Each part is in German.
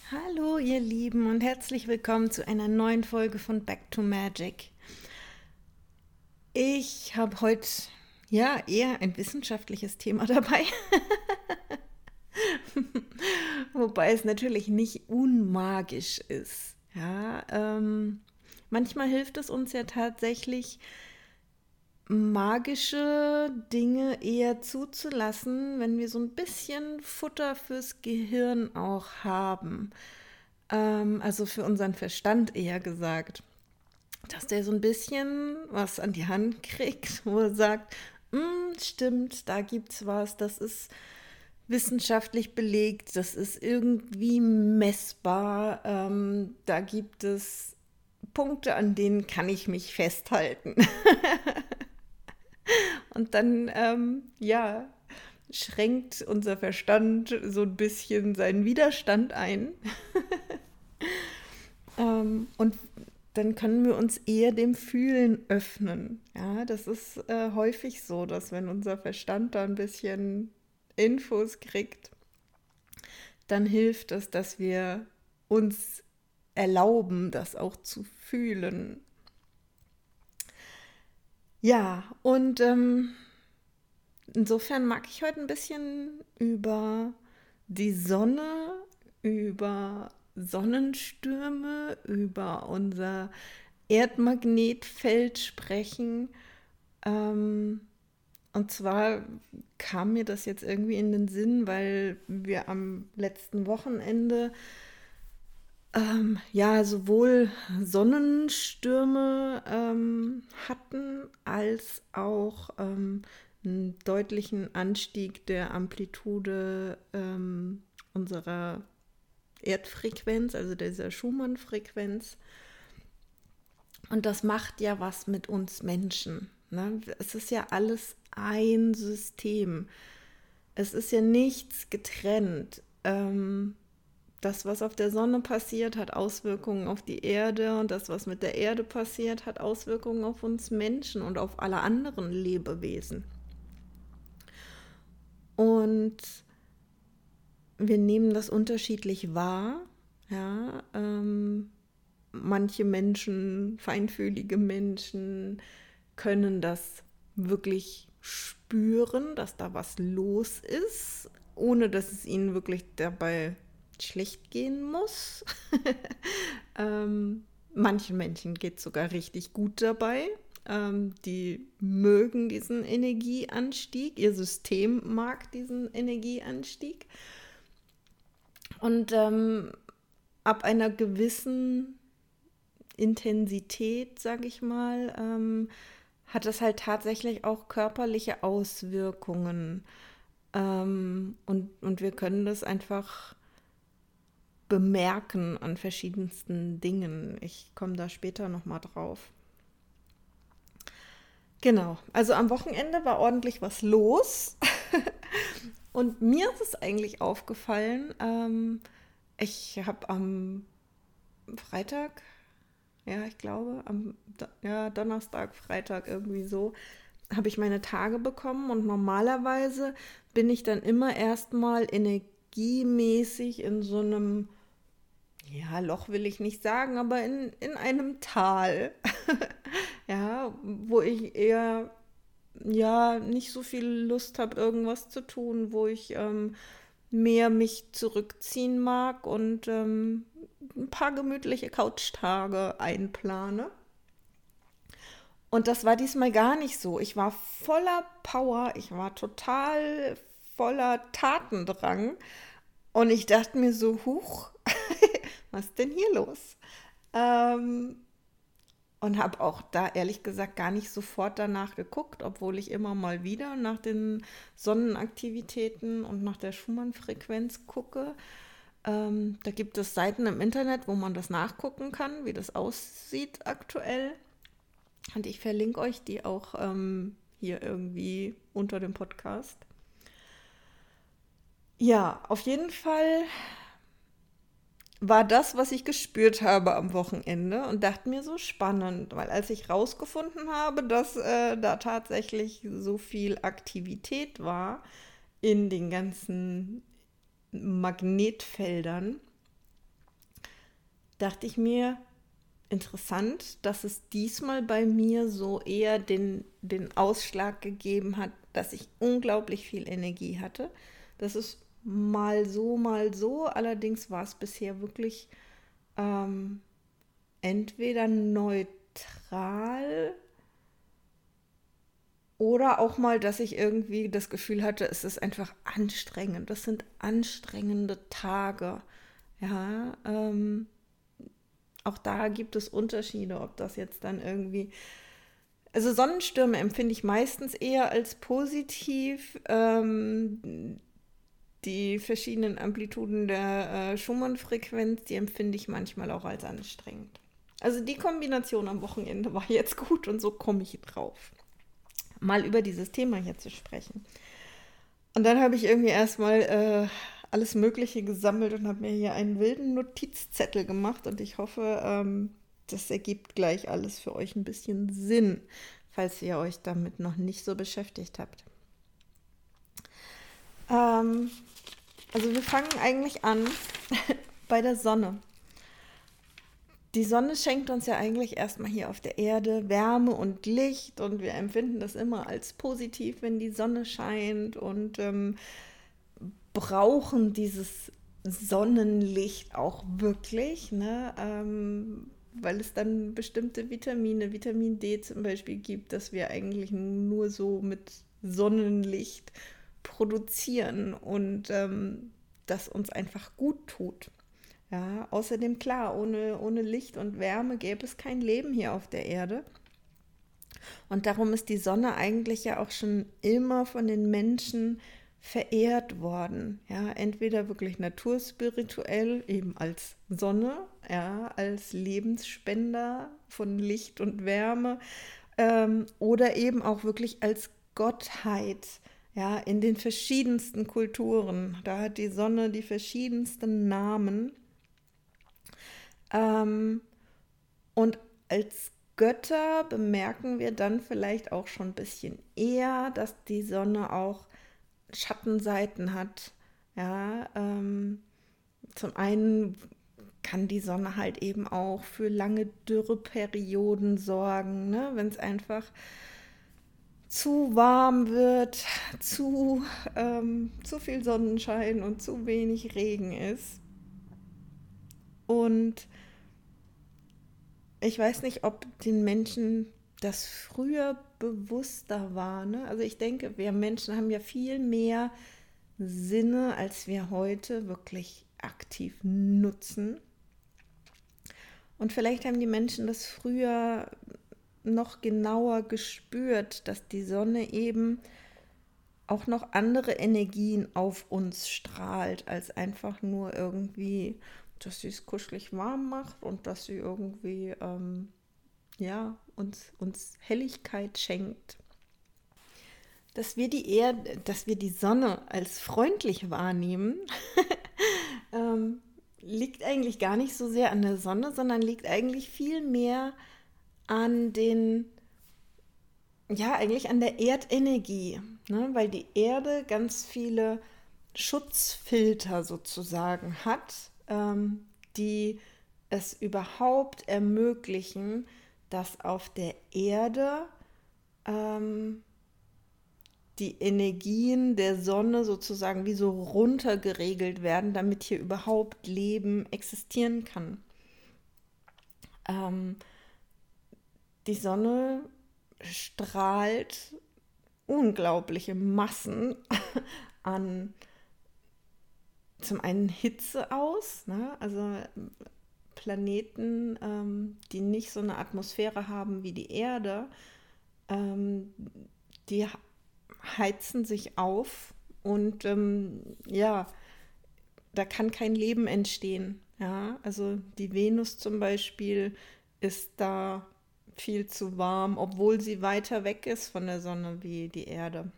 Hallo ihr Lieben und herzlich willkommen zu einer neuen Folge von Back to Magic. Ich habe heute eher ein wissenschaftliches Thema dabei, wobei es natürlich nicht unmagisch ist. Manchmal hilft es uns ja tatsächlich, magische Dinge eher zuzulassen, wenn wir so ein bisschen Futter fürs Gehirn auch haben. Also für unseren Verstand eher gesagt, dass der so ein bisschen was an die Hand kriegt, wo er sagt, stimmt, da gibt's was, das ist wissenschaftlich belegt, das ist irgendwie messbar, da gibt es Punkte, an denen kann ich mich festhalten. Und dann, schränkt unser Verstand so ein bisschen seinen Widerstand ein. Und dann können wir uns eher dem Fühlen öffnen. Ja, das ist häufig so, dass wenn unser Verstand da ein bisschen Infos kriegt, dann hilft es, dass wir uns erlauben, das auch zu fühlen. Ja, und insofern mag ich heute ein bisschen über die Sonne, über Sonnenstürme, über unser Erdmagnetfeld sprechen. Ähm, und zwar kam mir das jetzt irgendwie in den Sinn, weil wir am letzten Wochenende sowohl Sonnenstürme hatten als auch einen deutlichen Anstieg der Amplitude unserer Erdfrequenz, also dieser Schumann-Frequenz. Und das macht ja was mit uns Menschen. Ne? Es ist ja alles ein System. Es ist ja nichts getrennt. Das, was auf der Sonne passiert, hat Auswirkungen auf die Erde und das, was mit der Erde passiert, hat Auswirkungen auf uns Menschen und auf alle anderen Lebewesen. Und wir nehmen das unterschiedlich wahr. Ja, manche Menschen, feinfühlige Menschen, können das wirklich spüren, dass da was los ist, ohne dass es ihnen wirklich dabei schlecht gehen muss. Manchen Menschen geht es sogar richtig gut dabei. Die mögen diesen Energieanstieg, ihr System mag diesen Energieanstieg. Und ab einer gewissen Intensität, sage ich mal, hat es halt tatsächlich auch körperliche Auswirkungen. Und wir können das einfach bemerken an verschiedensten Dingen. Ich komme da später nochmal drauf. Genau, also am Wochenende war ordentlich was los. Und mir ist es eigentlich aufgefallen, ich habe am Freitag, ja, ich glaube, Donnerstag, Freitag irgendwie so, habe ich meine Tage bekommen und normalerweise bin ich dann immer erstmal energiemäßig in so einem, ja, Loch will ich nicht sagen, aber in einem Tal, ja, wo ich eher, ja, nicht so viel Lust habe, irgendwas zu tun, wo ich mehr mich zurückziehen mag und ein paar gemütliche Couchtage einplane. Und das war diesmal gar nicht so. Ich war voller Power, ich war total voller Tatendrang. Und ich dachte mir so, huch, was ist denn hier los? Ähm, und habe auch da ehrlich gesagt gar nicht sofort danach geguckt, obwohl ich immer mal wieder nach den Sonnenaktivitäten und nach der Schumann-Frequenz gucke. Da gibt es Seiten im Internet, wo man das nachgucken kann, wie das aussieht aktuell. Und ich verlinke euch die auch hier irgendwie unter dem Podcast. Ja, auf jeden Fall war das, was ich gespürt habe am Wochenende und dachte mir so spannend, weil als ich rausgefunden habe, dass da tatsächlich so viel Aktivität war in den ganzen Magnetfeldern, dachte ich mir, interessant, dass es diesmal bei mir so eher den Ausschlag gegeben hat, dass ich unglaublich viel Energie hatte. Das ist mal so, mal so. Allerdings war es bisher wirklich ähm, entweder neutral oder auch mal, dass ich irgendwie das Gefühl hatte, es ist einfach anstrengend. Das sind anstrengende Tage. Ja, auch da gibt es Unterschiede, ob das jetzt dann irgendwie. Also Sonnenstürme empfinde ich meistens eher als positiv. Die verschiedenen Amplituden der Schumann-Frequenz, die empfinde ich manchmal auch als anstrengend. Also die Kombination am Wochenende war jetzt gut und so komme ich drauf, mal über dieses Thema hier zu sprechen. Und dann habe ich irgendwie erstmal alles Mögliche gesammelt und habe mir hier einen wilden Notizzettel gemacht und ich hoffe, das ergibt gleich alles für euch ein bisschen Sinn, falls ihr euch damit noch nicht so beschäftigt habt. Also wir fangen eigentlich an bei der Sonne. Die Sonne schenkt uns ja eigentlich erstmal hier auf der Erde Wärme und Licht und wir empfinden das immer als positiv, wenn die Sonne scheint und brauchen dieses Sonnenlicht auch wirklich, ne? Weil es dann bestimmte Vitamine, Vitamin D zum Beispiel gibt, dass wir eigentlich nur so mit Sonnenlicht produzieren und das uns einfach gut tut. Ja, außerdem klar, ohne Licht und Wärme gäbe es kein Leben hier auf der Erde. Und darum ist die Sonne eigentlich ja auch schon immer von den Menschen verehrt worden. Ja, entweder wirklich naturspirituell, eben als Sonne, ja, als Lebensspender von Licht und Wärme, oder eben auch wirklich als Gottheit. Ja, in den verschiedensten Kulturen. Da hat die Sonne die verschiedensten Namen. Ähm, und als Götter bemerken wir dann vielleicht auch schon ein bisschen eher, dass die Sonne auch Schattenseiten hat. Ja, zum einen kann die Sonne halt eben auch für lange Dürreperioden sorgen, ne? Wenn es einfach zu warm wird, zu viel Sonnenschein und zu wenig Regen ist. Und ich weiß nicht, ob den Menschen das früher bewusster war. Ne? Also ich denke, wir Menschen haben ja viel mehr Sinne, als wir heute wirklich aktiv nutzen. Und vielleicht haben die Menschen das früher noch genauer gespürt, dass die Sonne eben auch noch andere Energien auf uns strahlt, als einfach nur irgendwie, dass sie es kuschelig warm macht und dass sie irgendwie ja, uns Helligkeit schenkt. Dass wir die Sonne als freundlich wahrnehmen, liegt eigentlich gar nicht so sehr an der Sonne, sondern liegt eigentlich viel mehr an eigentlich an der Erdenergie, ne? Weil die Erde ganz viele Schutzfilter sozusagen hat, die es überhaupt ermöglichen, dass auf der Erde die Energien der Sonne sozusagen wie so runtergeregelt werden, damit hier überhaupt Leben existieren kann. Die Sonne strahlt unglaubliche Massen an zum einen Hitze aus, ne? Also Planeten, die nicht so eine Atmosphäre haben wie die Erde, die heizen sich auf und ja, da kann kein Leben entstehen. Ja, also die Venus zum Beispiel ist da viel zu warm, obwohl sie weiter weg ist von der Sonne wie die Erde.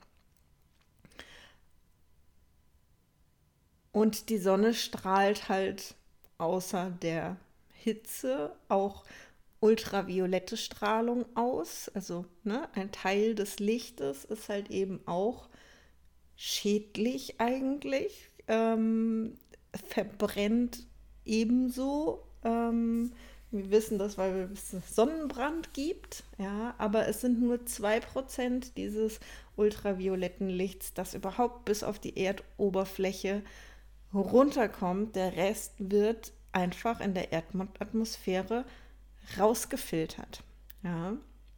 Und die Sonne strahlt halt außer der Hitze auch ultraviolette Strahlung aus. Also ne, ein Teil des Lichtes ist halt eben auch schädlich eigentlich, verbrennt ebenso Wir wissen das, weil es Sonnenbrand gibt, ja, aber es sind nur 2% dieses ultravioletten Lichts, das überhaupt bis auf die Erdoberfläche runterkommt. Der Rest wird einfach in der Erdatmosphäre rausgefiltert. Ja.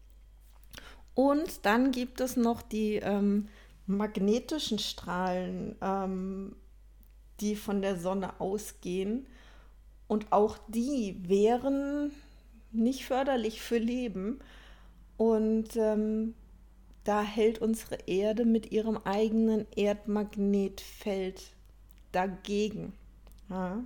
Und dann gibt es noch die magnetischen Strahlen, die von der Sonne ausgehen. Und auch die wären nicht förderlich für Leben. Und da hält unsere Erde mit ihrem eigenen Erdmagnetfeld dagegen. Ja.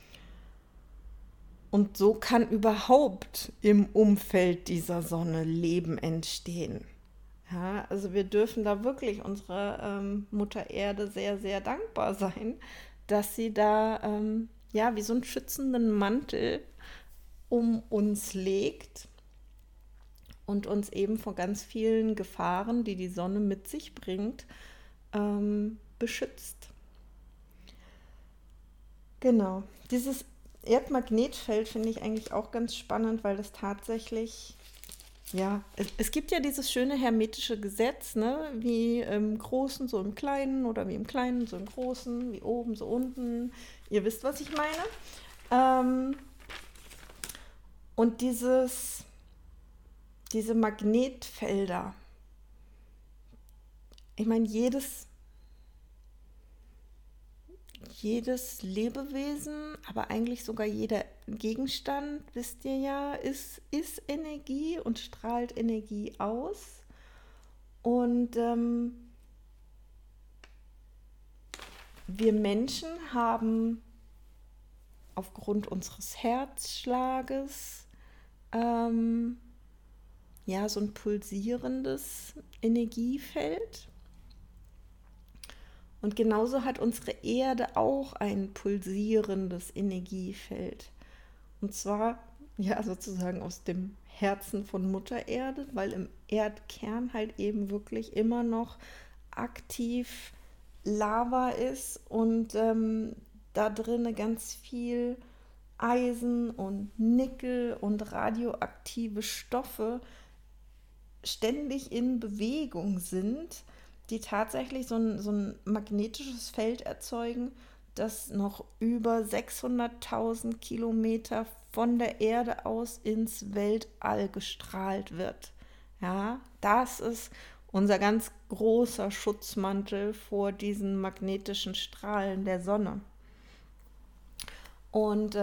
Und so kann überhaupt im Umfeld dieser Sonne Leben entstehen. Ja, also wir dürfen da wirklich unserer Mutter Erde sehr, sehr dankbar sein, dass sie da ja wie so einen schützenden Mantel um uns legt und uns eben vor ganz vielen Gefahren, die die Sonne mit sich bringt, beschützt. Genau, dieses Erdmagnetfeld finde ich eigentlich auch ganz spannend, weil das tatsächlich, ja, es gibt ja dieses schöne hermetische Gesetz, ne, wie im Großen so im Kleinen oder wie im Kleinen so im Großen, wie oben so unten. Ihr wisst, was ich meine. Und diese Magnetfelder, ich meine, jedes Lebewesen, aber eigentlich sogar jeder Gegenstand, wisst ihr ja, ist Energie und strahlt Energie aus. Und wir Menschen haben aufgrund unseres Herzschlages ja so ein pulsierendes Energiefeld. Und genauso hat unsere Erde auch ein pulsierendes Energiefeld. Und zwar ja sozusagen aus dem Herzen von Mutter Erde, weil im Erdkern halt eben wirklich immer noch aktiv Lava ist und da drin ganz viel Eisen und Nickel und radioaktive Stoffe ständig in Bewegung sind, die tatsächlich so ein magnetisches Feld erzeugen, das noch über 600.000 Kilometer von der Erde aus ins Weltall gestrahlt wird. Ja, das ist unser ganz großer Schutzmantel vor diesen magnetischen Strahlen der Sonne. Und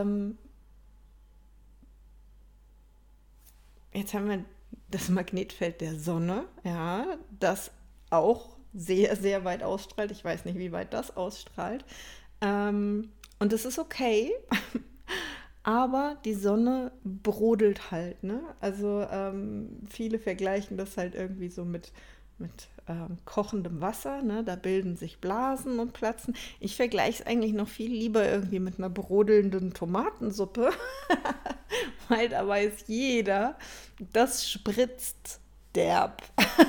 jetzt haben wir das Magnetfeld der Sonne, ja, das auch sehr, sehr weit ausstrahlt. Ich weiß nicht, wie weit das ausstrahlt. Und das ist okay, aber die Sonne brodelt halt. Ne? Also viele vergleichen das halt irgendwie so mit kochendem Wasser. Ne? Da bilden sich Blasen und platzen. Ich vergleiche es eigentlich noch viel lieber irgendwie mit einer brodelnden Tomatensuppe, weil da weiß jeder, das spritzt derb.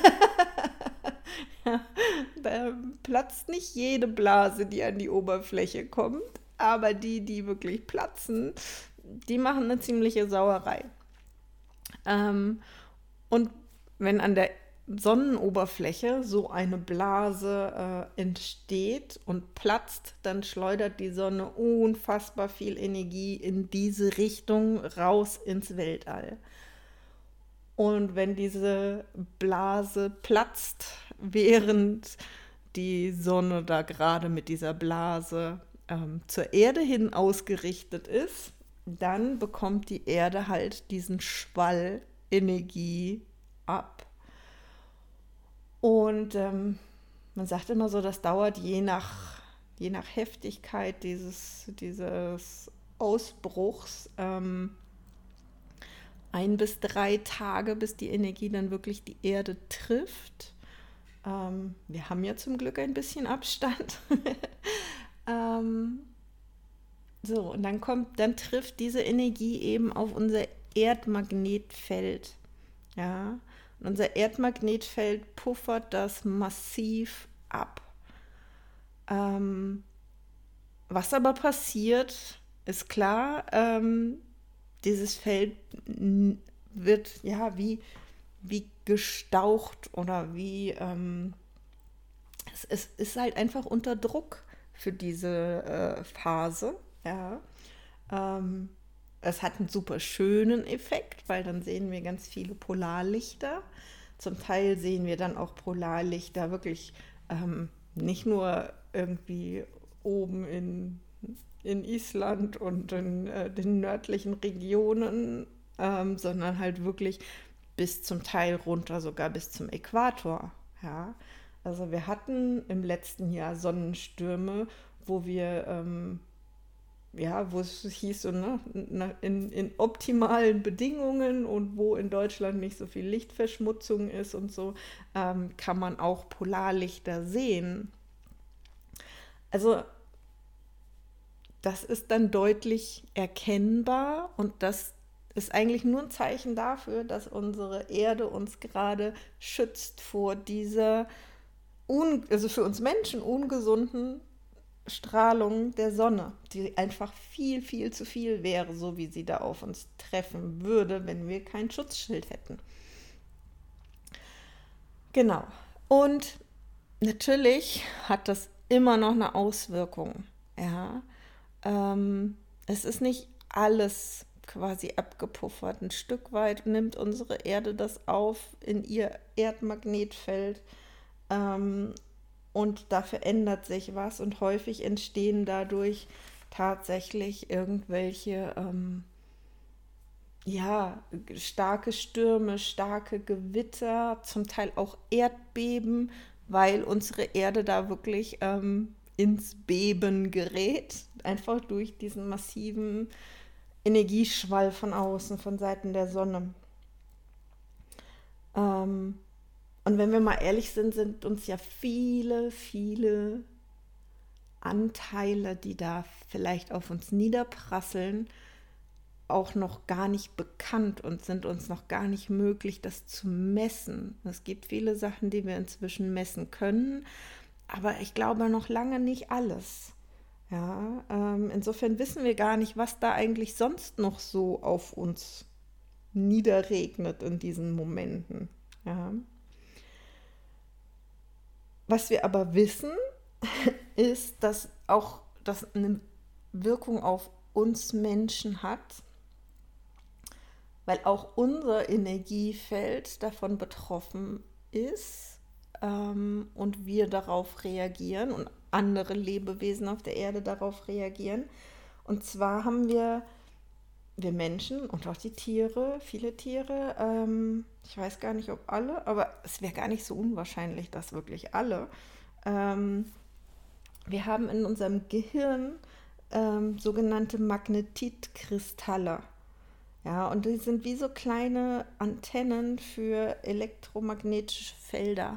Da platzt nicht jede Blase, die an die Oberfläche kommt, aber die wirklich platzen, die machen eine ziemliche Sauerei. Und wenn an der Sonnenoberfläche so eine Blase entsteht und platzt, dann schleudert die Sonne unfassbar viel Energie in diese Richtung raus ins Weltall. Und wenn diese Blase platzt, während die Sonne da gerade mit dieser Blase zur Erde hin ausgerichtet ist, dann bekommt die Erde halt diesen Schwall Energie ab. Und man sagt immer so, das dauert je nach Heftigkeit dieses Ausbruchs 1 bis 3 Tage, bis die Energie dann wirklich die Erde trifft. Wir haben ja zum Glück ein bisschen Abstand. So, und dann trifft diese Energie eben auf unser Erdmagnetfeld. Ja, und unser Erdmagnetfeld puffert das massiv ab. Was aber passiert, ist klar, dieses Feld wird ja wie gestaucht oder es ist halt einfach unter Druck für diese Phase. Ja. Ähm, Es hat einen super schönen Effekt, weil dann sehen wir ganz viele Polarlichter. Zum Teil sehen wir dann auch Polarlichter wirklich nicht nur irgendwie oben in Island und in den nördlichen Regionen, sondern halt wirklich bis zum Teil runter, sogar bis zum Äquator. Ja. Also wir hatten im letzten Jahr Sonnenstürme, wo wir ja, wo es hieß, so, ne, in optimalen Bedingungen und wo in Deutschland nicht so viel Lichtverschmutzung ist und so, kann man auch Polarlichter sehen. Also das ist dann deutlich erkennbar und das ist eigentlich nur ein Zeichen dafür, dass unsere Erde uns gerade schützt vor dieser, also für uns Menschen ungesunden Strahlung der Sonne, die einfach viel, viel zu viel wäre, so wie sie da auf uns treffen würde, wenn wir kein Schutzschild hätten. Genau. Und natürlich hat das immer noch eine Auswirkung. Ja. Es ist nicht alles quasi abgepuffert. Ein Stück weit nimmt unsere Erde das auf in ihr Erdmagnetfeld. Und da verändert sich was und häufig entstehen dadurch tatsächlich irgendwelche ja, starke Stürme, starke Gewitter, zum Teil auch Erdbeben, weil unsere Erde da wirklich ins Beben gerät, einfach durch diesen massiven Energieschwall von außen, von Seiten der Sonne. Ähm, und wenn wir mal ehrlich sind, sind uns ja viele, viele Anteile, die da vielleicht auf uns niederprasseln, auch noch gar nicht bekannt und sind uns noch gar nicht möglich, das zu messen. Es gibt viele Sachen, die wir inzwischen messen können, aber ich glaube noch lange nicht alles. Ja, insofern wissen wir gar nicht, was da eigentlich sonst noch so auf uns niederregnet in diesen Momenten. Ja. Was wir aber wissen, ist, dass auch das eine Wirkung auf uns Menschen hat, weil auch unser Energiefeld davon betroffen ist und wir darauf reagieren und andere Lebewesen auf der Erde darauf reagieren. Und zwar haben wir Menschen und auch die Tiere, viele Tiere, ich weiß gar nicht, ob alle, aber es wäre gar nicht so unwahrscheinlich, dass wirklich alle. Wir haben in unserem Gehirn sogenannte Magnetitkristalle. Ja, und die sind wie so kleine Antennen für elektromagnetische Felder.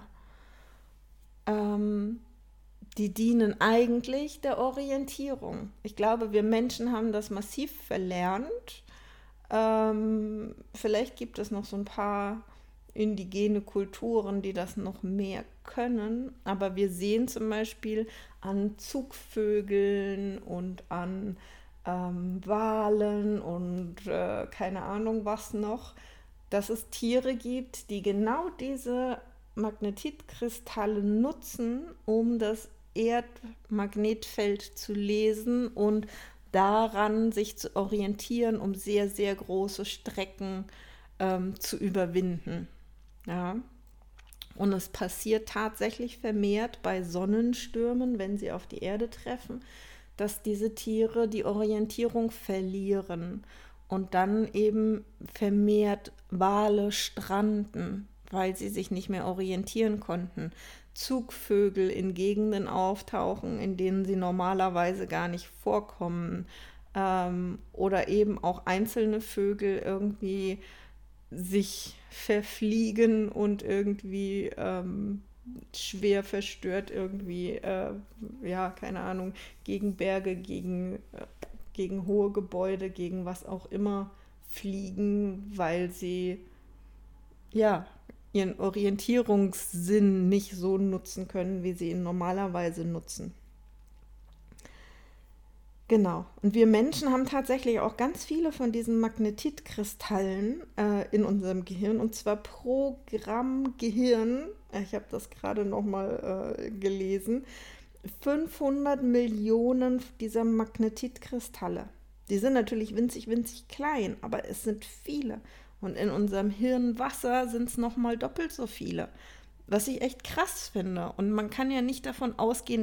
Die dienen eigentlich der Orientierung. Ich glaube, wir Menschen haben das massiv verlernt. Vielleicht gibt es noch so ein paar indigene Kulturen, die das noch mehr können. Aber wir sehen zum Beispiel an Zugvögeln und an Walen und keine Ahnung was noch, dass es Tiere gibt, die genau diese Magnetitkristalle nutzen, um das Erdmagnetfeld zu lesen und daran sich zu orientieren, um sehr, sehr große Strecken zu überwinden. Ja. Und es passiert tatsächlich vermehrt bei Sonnenstürmen, wenn sie auf die Erde treffen, dass diese Tiere die Orientierung verlieren und dann eben vermehrt Wale stranden, weil sie sich nicht mehr orientieren konnten. Zugvögel in Gegenden auftauchen, in denen sie normalerweise gar nicht vorkommen. Oder eben auch einzelne Vögel irgendwie sich verfliegen und irgendwie schwer verstört irgendwie, ja, keine Ahnung, gegen Berge, gegen hohe Gebäude, gegen was auch immer fliegen, weil sie, ja, ihren Orientierungssinn nicht so nutzen können, wie sie ihn normalerweise nutzen. Genau. Und wir Menschen haben tatsächlich auch ganz viele von diesen Magnetitkristallen in unserem Gehirn, und zwar pro Gramm Gehirn. Ich habe das gerade nochmal gelesen. 500 Millionen dieser Magnetitkristalle. Die sind natürlich winzig, winzig klein, aber es sind viele. Und in unserem Hirnwasser sind es nochmal doppelt so viele. Was ich echt krass finde. Und man kann ja nicht davon ausgehen,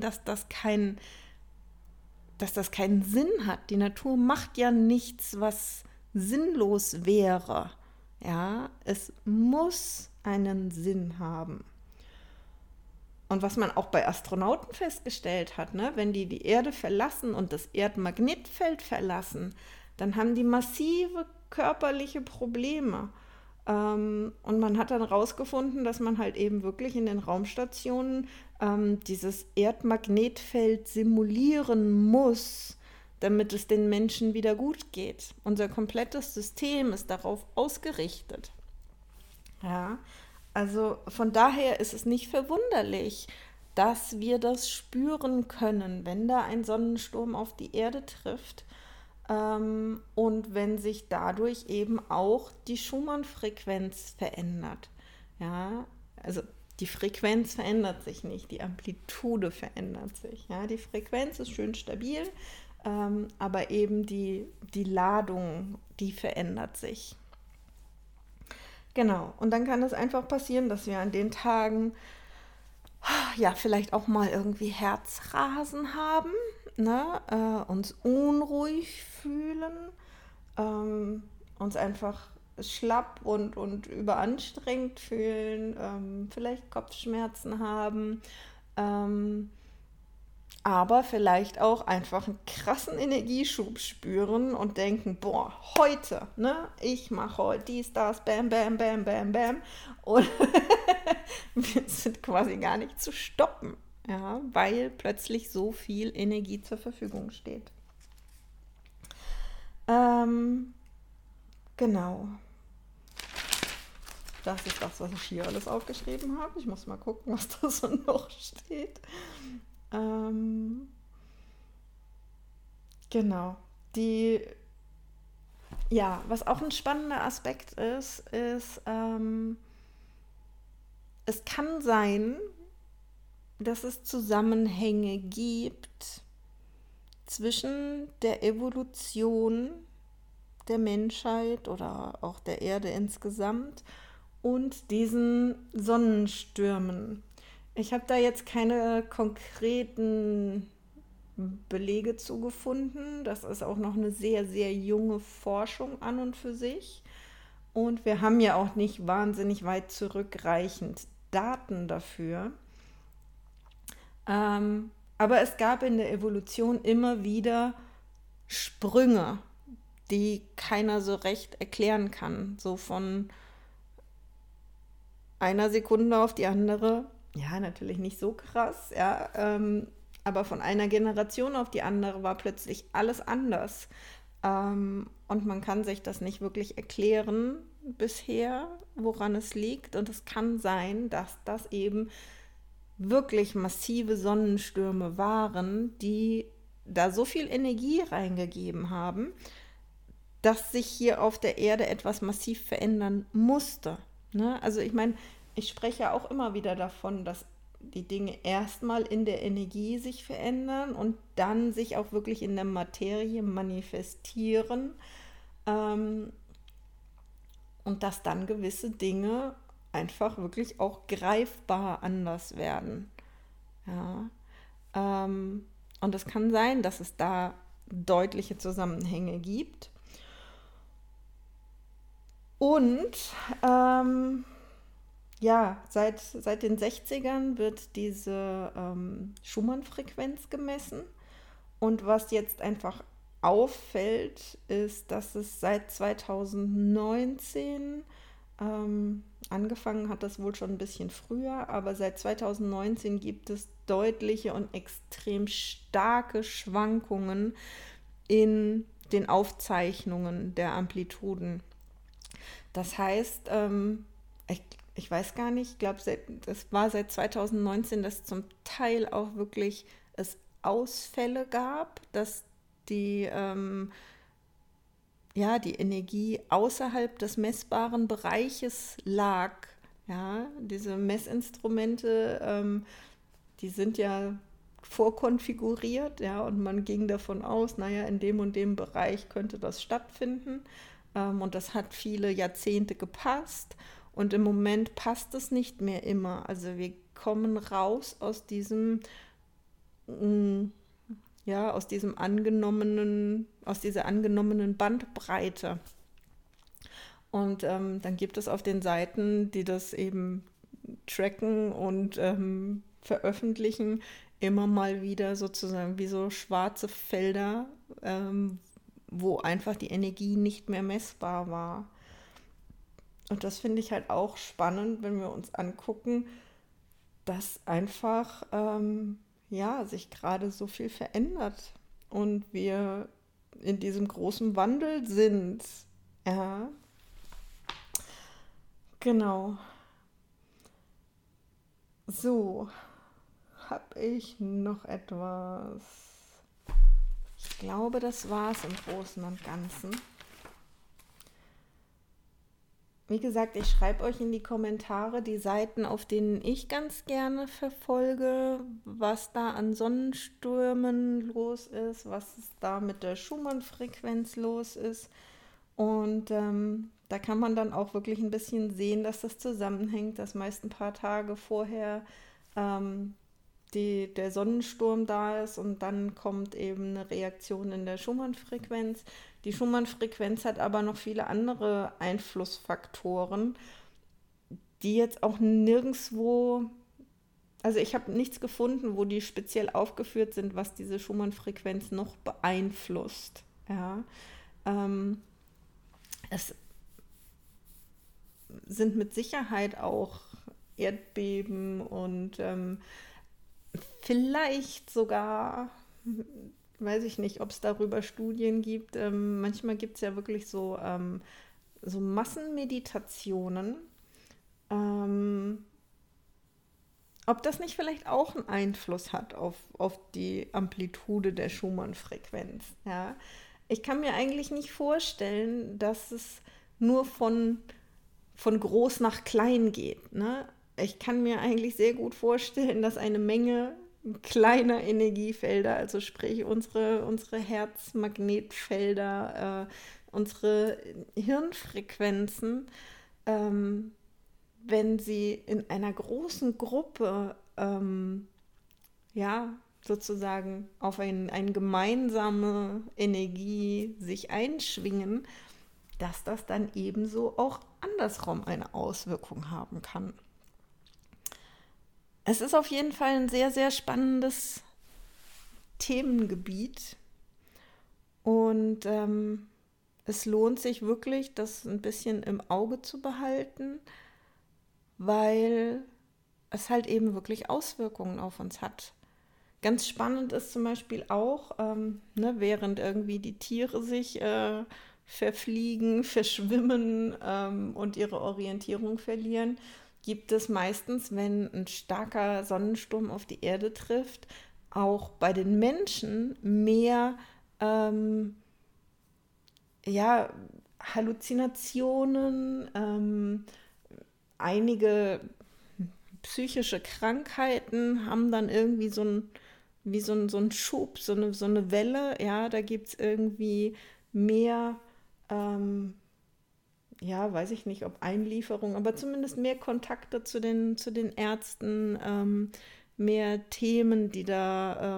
dass das keinen Sinn hat. Die Natur macht ja nichts, was sinnlos wäre. Ja, es muss einen Sinn haben. Und was man auch bei Astronauten festgestellt hat, ne, wenn die Erde verlassen und das Erdmagnetfeld verlassen, dann haben die massive körperliche Probleme. Und man hat dann herausgefunden, dass man halt eben wirklich in den Raumstationen dieses Erdmagnetfeld simulieren muss, damit es den Menschen wieder gut geht. Unser komplettes System ist darauf ausgerichtet. Ja, also von daher ist es nicht verwunderlich, dass wir das spüren können, wenn da ein Sonnensturm auf die Erde trifft, und wenn sich dadurch eben auch die Schumann-Frequenz verändert. Ja, also die Frequenz verändert sich nicht, die Amplitude verändert sich. Ja, die Frequenz ist schön stabil, aber eben die Ladung, die verändert sich. Genau, und dann kann es einfach passieren, dass wir an den Tagen ja vielleicht auch mal irgendwie Herzrasen haben, ne? Uns unruhig fühlen, uns einfach schlapp und überanstrengt fühlen, vielleicht Kopfschmerzen haben, aber vielleicht auch einfach einen krassen Energieschub spüren und denken, boah, heute, ne, ich mache heute dies, das, bam, bam, bam, bam, bam, und wir sind quasi gar nicht zu stoppen, ja, weil plötzlich so viel Energie zur Verfügung steht. Ähm, genau. Das ist das, was ich hier alles aufgeschrieben habe. Ich muss mal gucken, was da so noch steht. Ähm, genau. Ja, was auch ein spannender Aspekt ist, es kann sein, dass es Zusammenhänge gibt zwischen der Evolution der Menschheit oder auch der Erde insgesamt und diesen Sonnenstürmen. Ich habe da jetzt keine konkreten Belege zu gefunden. Das ist auch noch eine sehr, sehr junge Forschung an und für sich. Und wir haben ja auch nicht wahnsinnig weit zurückreichend Daten dafür. Aber es gab in der Evolution immer wieder Sprünge, die keiner so recht erklären kann. So von einer Sekunde auf die andere. Ja, natürlich nicht so krass, ja, aber von einer Generation auf die andere war plötzlich alles anders. Und man kann sich das nicht wirklich erklären bisher, woran es liegt. Und es kann sein, dass das eben wirklich massive Sonnenstürme waren, die da so viel Energie reingegeben haben, dass sich hier auf der Erde etwas massiv verändern musste. Ne? Also ich meine, ich spreche auch immer wieder davon, dass die Dinge erstmal in der Energie sich verändern und dann sich auch wirklich in der Materie manifestieren, und dass dann gewisse Dinge einfach wirklich auch greifbar anders werden. Ja. Und es kann sein, dass es da deutliche Zusammenhänge gibt. Und ja, seit den 60ern wird diese Schumann-Frequenz gemessen. Und was jetzt einfach auffällt, ist, dass es seit 2019, angefangen hat das wohl schon ein bisschen früher, aber seit 2019 gibt es deutliche und extrem starke Schwankungen in den Aufzeichnungen der Amplituden. Das heißt, ich weiß gar nicht, ich glaube, das war seit 2019, dass zum Teil auch wirklich es Ausfälle gab, dass die, ja, die Energie außerhalb des messbaren Bereiches lag. Ja, diese Messinstrumente, die sind ja vorkonfiguriert, ja, und man ging davon aus, naja, in dem und dem Bereich könnte das stattfinden. Und das hat viele Jahrzehnte gepasst. Und im Moment passt es nicht mehr immer. Also wir kommen raus aus diesem, mm, ja, aus dieser angenommenen Bandbreite. Und dann gibt es auf den Seiten, die das eben tracken und veröffentlichen, immer mal wieder sozusagen wie so schwarze Felder, wo einfach die Energie nicht mehr messbar war. Und das finde ich halt auch spannend, wenn wir uns angucken, dass einfach ja, sich gerade so viel verändert und wir in diesem großen Wandel sind. Ja, genau. So, habe ich noch etwas? Ich glaube, das war es im Großen und Ganzen. Wie gesagt, ich schreibe euch in die Kommentare die Seiten, auf denen ich ganz gerne verfolge, was da an Sonnenstürmen los ist, was da mit der Schumann-Frequenz los ist. Und da kann man dann auch wirklich ein bisschen sehen, dass das zusammenhängt, dass meist ein paar Tage vorher der Sonnensturm da ist und dann kommt eben eine Reaktion in der Schumann-Frequenz. Die Schumann-Frequenz hat aber noch viele andere Einflussfaktoren, die jetzt auch nirgendwo, also ich habe nichts gefunden, wo die speziell aufgeführt sind, was diese Schumann-Frequenz noch beeinflusst. Ja. Es sind mit Sicherheit auch Erdbeben und vielleicht sogar, weiß ich nicht, ob es darüber Studien gibt. Manchmal gibt es ja wirklich so Massenmeditationen. Ob das nicht vielleicht auch einen Einfluss hat auf die Amplitude der Schumann-Frequenz. Ja? Ich kann mir eigentlich nicht vorstellen, dass es nur von groß nach klein geht. Ne? Ich kann mir eigentlich sehr gut vorstellen, dass eine Menge kleiner Energiefelder, also sprich unsere Herzmagnetfelder, unsere Hirnfrequenzen, wenn sie in einer großen Gruppe ja, sozusagen auf eine gemeinsame Energie sich einschwingen, dass das dann ebenso auch andersrum eine Auswirkung haben kann. Es ist auf jeden Fall ein sehr, sehr spannendes Themengebiet und es lohnt sich wirklich, das ein bisschen im Auge zu behalten, weil es halt eben wirklich Auswirkungen auf uns hat. Ganz spannend ist zum Beispiel auch, ne, während irgendwie die Tiere sich verfliegen, verschwimmen und ihre Orientierung verlieren, gibt es meistens, wenn ein starker Sonnensturm auf die Erde trifft, auch bei den Menschen mehr ja, Halluzinationen, einige psychische Krankheiten haben dann irgendwie so ein Schub, so eine Welle, ja, da gibt es irgendwie mehr, ja, weiß ich nicht, ob Einlieferung, aber zumindest mehr Kontakte zu den Ärzten, mehr Themen, die da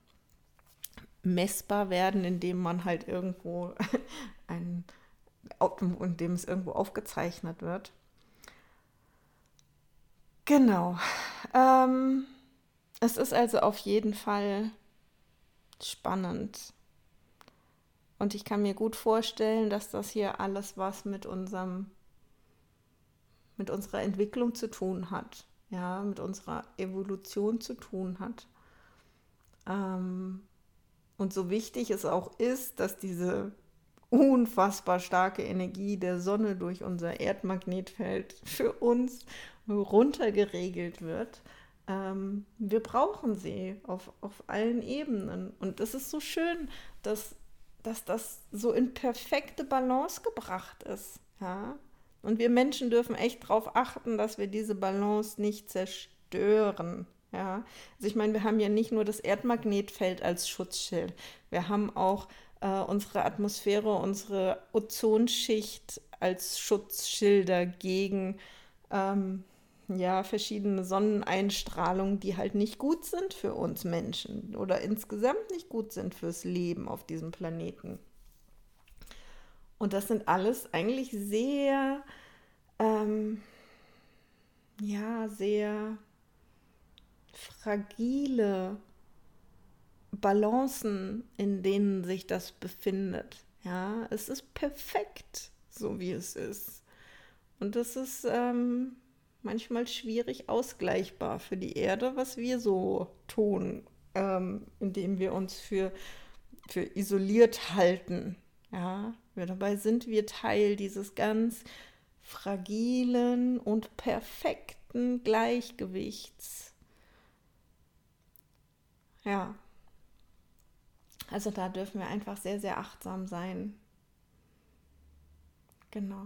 messbar werden, indem man halt irgendwo indem es irgendwo aufgezeichnet wird. Genau. Es ist also auf jeden Fall spannend. Und ich kann mir gut vorstellen, dass das hier alles was mit unserer Entwicklung zu tun hat. Ja, mit unserer Evolution zu tun hat. Und so wichtig es auch ist, dass diese unfassbar starke Energie der Sonne durch unser Erdmagnetfeld für uns runtergeregelt wird. Wir brauchen sie auf allen Ebenen. Und das ist so schön, dass, dass das so in perfekte Balance gebracht ist. Ja? Und wir Menschen dürfen echt darauf achten, dass wir diese Balance nicht zerstören. Ja? Also ich meine, wir haben ja nicht nur das Erdmagnetfeld als Schutzschild, wir haben auch unsere Atmosphäre, unsere Ozonschicht als Schutzschilder gegen ja, verschiedene Sonneneinstrahlungen, die halt nicht gut sind für uns Menschen oder insgesamt nicht gut sind fürs Leben auf diesem Planeten. Und das sind alles eigentlich sehr, ja, sehr fragile Balancen, in denen sich das befindet. Ja, es ist perfekt, so wie es ist. Und das ist manchmal schwierig ausgleichbar für die Erde, was wir so tun, indem wir uns für isoliert halten. Ja, dabei sind wir Teil dieses ganz fragilen und perfekten Gleichgewichts. Ja, also da dürfen wir einfach sehr, sehr achtsam sein. Genau.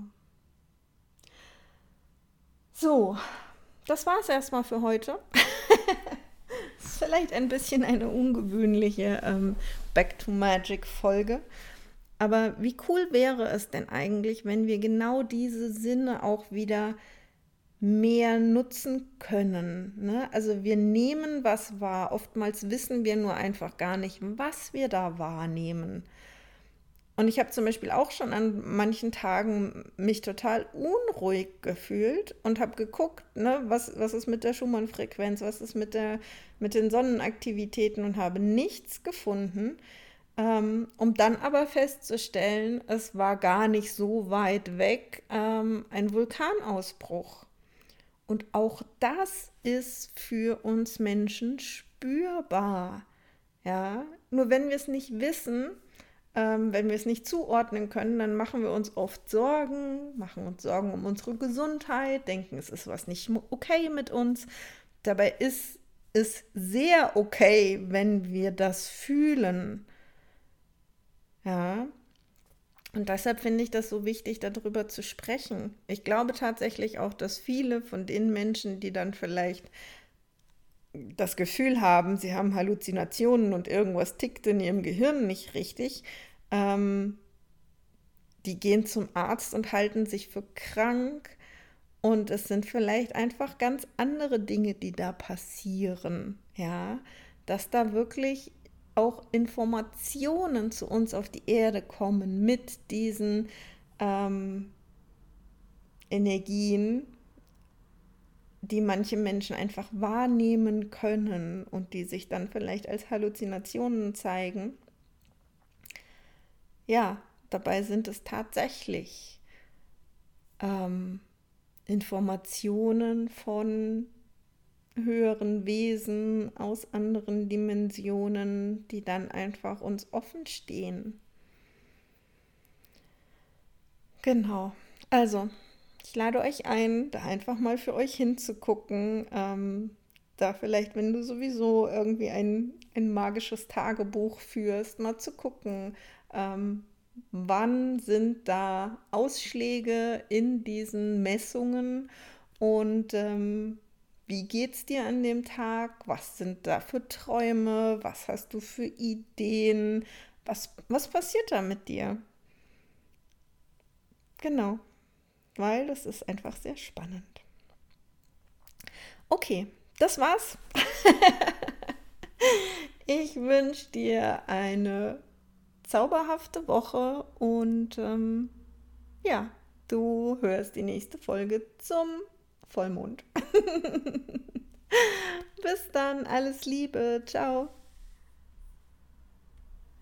So, das war es erstmal für heute. Das ist vielleicht ein bisschen eine ungewöhnliche Back to Magic Folge. Aber wie cool wäre es denn eigentlich, wenn wir genau diese Sinne auch wieder mehr nutzen können? Ne? Also wir nehmen was wahr. Oftmals wissen wir nur einfach gar nicht, was wir da wahrnehmen. Und ich habe zum Beispiel auch schon an manchen Tagen mich total unruhig gefühlt und habe geguckt, ne, was ist mit der Schumann-Frequenz, was ist mit den Sonnenaktivitäten und habe nichts gefunden, um dann aber festzustellen, es war gar nicht so weit weg, ein Vulkanausbruch. Und auch das ist für uns Menschen spürbar. Ja? Nur wenn wir es nicht wissen, wenn wir es nicht zuordnen können, dann machen wir uns oft Sorgen, machen uns Sorgen um unsere Gesundheit, denken, es ist was nicht okay mit uns. Dabei ist es sehr okay, wenn wir das fühlen. Ja, und deshalb finde ich das so wichtig, darüber zu sprechen. Ich glaube tatsächlich auch, dass viele von den Menschen, die dann vielleicht das Gefühl haben, sie haben Halluzinationen und irgendwas tickt in ihrem Gehirn nicht richtig, die gehen zum Arzt und halten sich für krank und es sind vielleicht einfach ganz andere Dinge, die da passieren, ja, dass da wirklich auch Informationen zu uns auf die Erde kommen mit diesen Energien, die manche Menschen einfach wahrnehmen können und die sich dann vielleicht als Halluzinationen zeigen. Ja, dabei sind es tatsächlich Informationen von höheren Wesen aus anderen Dimensionen, die dann einfach uns offen stehen. Genau, also ich lade euch ein, da einfach mal für euch hinzugucken. Da vielleicht, wenn du sowieso irgendwie ein magisches Tagebuch führst, mal zu gucken, wann sind da Ausschläge in diesen Messungen und wie geht's dir an dem Tag? Was sind da für Träume? Was hast du für Ideen? Was passiert da mit dir? Genau, weil das ist einfach sehr spannend. Okay, das war's. Ich wünsche dir eine zauberhafte Woche und ja, du hörst die nächste Folge zum Vollmond. Bis dann, alles Liebe, ciao.